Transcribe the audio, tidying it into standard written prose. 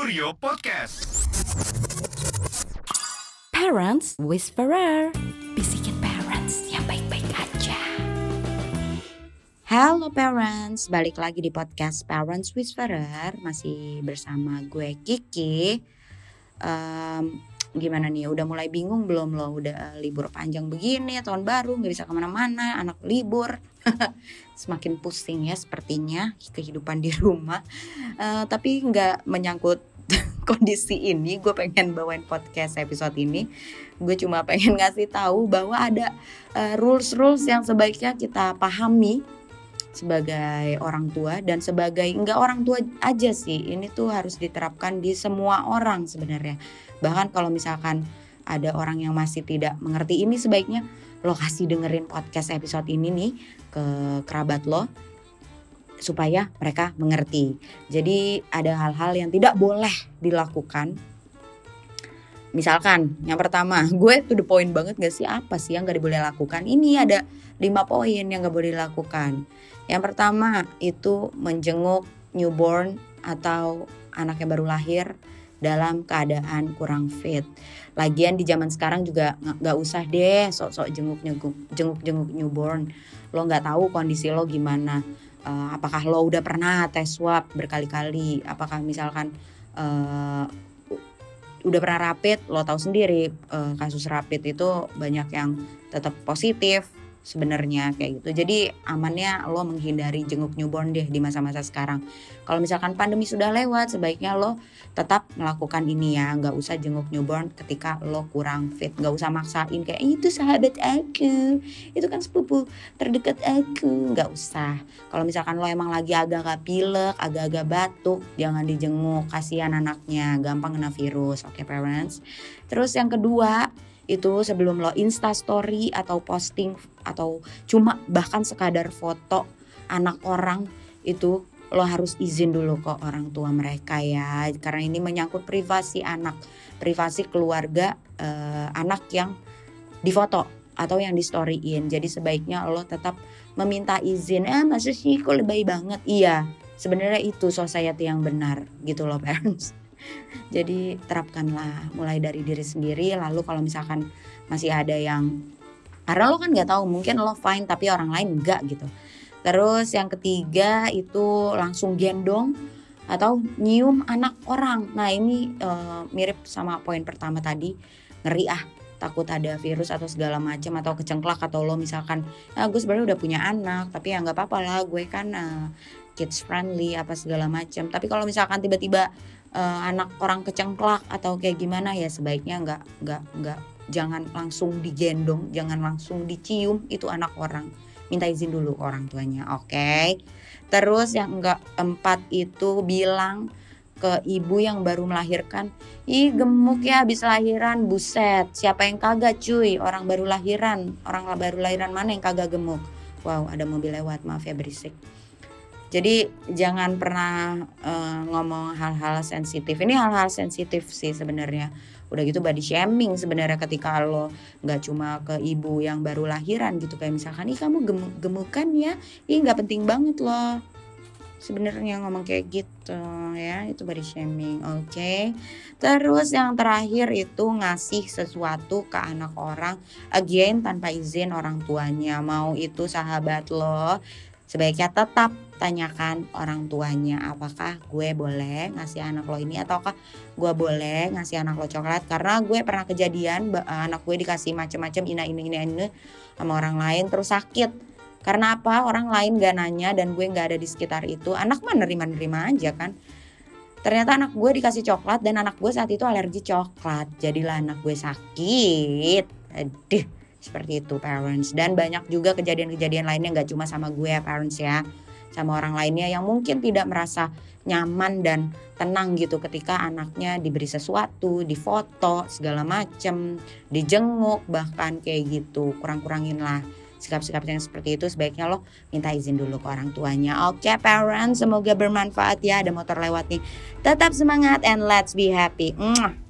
Kurio Podcast. Parents Whisperer, bisikin parents yang baik-baik aja. Halo parents, balik lagi di podcast Parents Whisperer. Masih bersama gue Kiki. Gimana nih, udah mulai bingung belum lo? Udah libur panjang begini, tahun baru gak bisa kemana-mana, anak libur. Semakin pusing ya sepertinya kehidupan di rumah. Tapi gak menyangkut kondisi ini, gue pengen bawain podcast episode ini. Gue cuma pengen ngasih tahu bahwa ada rules yang sebaiknya kita pahami sebagai orang tua dan sebagai enggak orang tua aja sih. Ini tuh harus diterapkan di semua orang sebenarnya. Bahkan kalau misalkan ada orang yang masih tidak mengerti ini, sebaiknya lo kasih dengerin podcast episode ini nih ke kerabat lo supaya mereka mengerti. Jadi ada hal-hal yang tidak boleh dilakukan. Misalkan yang pertama, gue to the point banget gak sih, apa sih yang gak boleh lakukan? Ini ada 5 poin yang gak boleh dilakukan. Yang pertama itu menjenguk newborn atau anak yang baru lahir dalam keadaan kurang fit. Lagian di zaman sekarang juga gak usah deh sok-sok jenguk newborn. Lo gak tahu kondisi lo gimana. Apakah lo udah pernah tes swab berkali-kali? Apakah misalkan udah pernah rapid? Lo tahu sendiri kasus rapid itu banyak yang tetap positif sebenarnya kayak gitu. Jadi amannya lo menghindari jenguk newborn deh di masa-masa sekarang. Kalau misalkan pandemi sudah lewat, sebaiknya lo tetap melakukan ini ya. Gak usah jenguk newborn ketika lo kurang fit. Gak usah maksain kayak itu sahabat aku, itu kan sepupu terdekat aku. Gak usah. Kalau misalkan lo emang lagi agak-agak pilek, agak-agak batuk, jangan dijenguk. Kasihan anaknya, gampang kena virus. Oke parents. Terus yang kedua, itu sebelum lo Insta story atau posting atau cuma bahkan sekadar foto anak orang, itu lo harus izin dulu ke orang tua mereka ya, karena ini menyangkut privasi anak, privasi keluarga anak yang difoto atau yang di storyin. Jadi sebaiknya lo tetap meminta izin. Masa sih kok lebay banget? Iya, sebenarnya itu society yang benar gitu loh parents. Jadi terapkanlah mulai dari diri sendiri. Lalu kalau misalkan masih ada yang, karena lo kan gak tahu, mungkin lo fine tapi orang lain enggak gitu. Terus yang ketiga itu langsung gendong atau nyium anak orang. Nah ini mirip sama poin pertama tadi. Ngeri takut ada virus atau segala macam, atau kecengklak, atau lo misalkan gue sebenarnya udah punya anak tapi ya nggak apa-apa lah, gue kan kids friendly apa segala macam. Tapi kalau misalkan tiba-tiba anak orang kecengklak atau kayak gimana, ya sebaiknya nggak jangan langsung digendong, jangan langsung dicium itu anak orang. Minta izin dulu ke orang tuanya. Oke. Terus yang keempat itu bilang ke ibu yang baru melahirkan, ih gemuk ya habis lahiran, buset, siapa yang kagak cuy, orang baru lahiran mana yang kagak gemuk. Wow, ada mobil lewat, maaf ya berisik. Jadi jangan pernah ngomong hal-hal sensitif. Ini hal-hal sensitif sih sebenarnya. Udah gitu body shaming sebenarnya ketika lo nggak cuma ke ibu yang baru lahiran gitu, kayak misalkan, ih kamu gemukan ya, ih nggak penting banget loh. Sebenarnya ngomong kayak gitu ya, itu body shaming. Oke. Terus yang terakhir itu ngasih sesuatu ke anak orang, again tanpa izin orang tuanya. Mau itu sahabat lo, sebaiknya tetap tanyakan orang tuanya, apakah gue boleh ngasih anak lo ini, ataukah gue boleh ngasih anak lo coklat. Karena gue pernah kejadian anak gue dikasih macam-macam ini sama orang lain terus sakit. Karena apa? Orang lain gak nanya dan gue gak ada di sekitar itu. Anak mah nerima-nerima aja kan. Ternyata anak gue dikasih coklat dan anak gue saat itu alergi coklat. Jadilah anak gue sakit. Aduh. Seperti itu parents. Dan banyak juga kejadian-kejadian lainnya, gak cuma sama gue ya parents ya, sama orang lainnya yang mungkin tidak merasa nyaman dan tenang gitu ketika anaknya diberi sesuatu, difoto segala macem, dijenguk bahkan kayak gitu. Kurang-kurangin lah sikap-sikap yang seperti itu. Sebaiknya lo minta izin dulu ke orang tuanya. Oke parents, semoga bermanfaat ya. Ada motor lewat nih. Tetap semangat and let's be happy.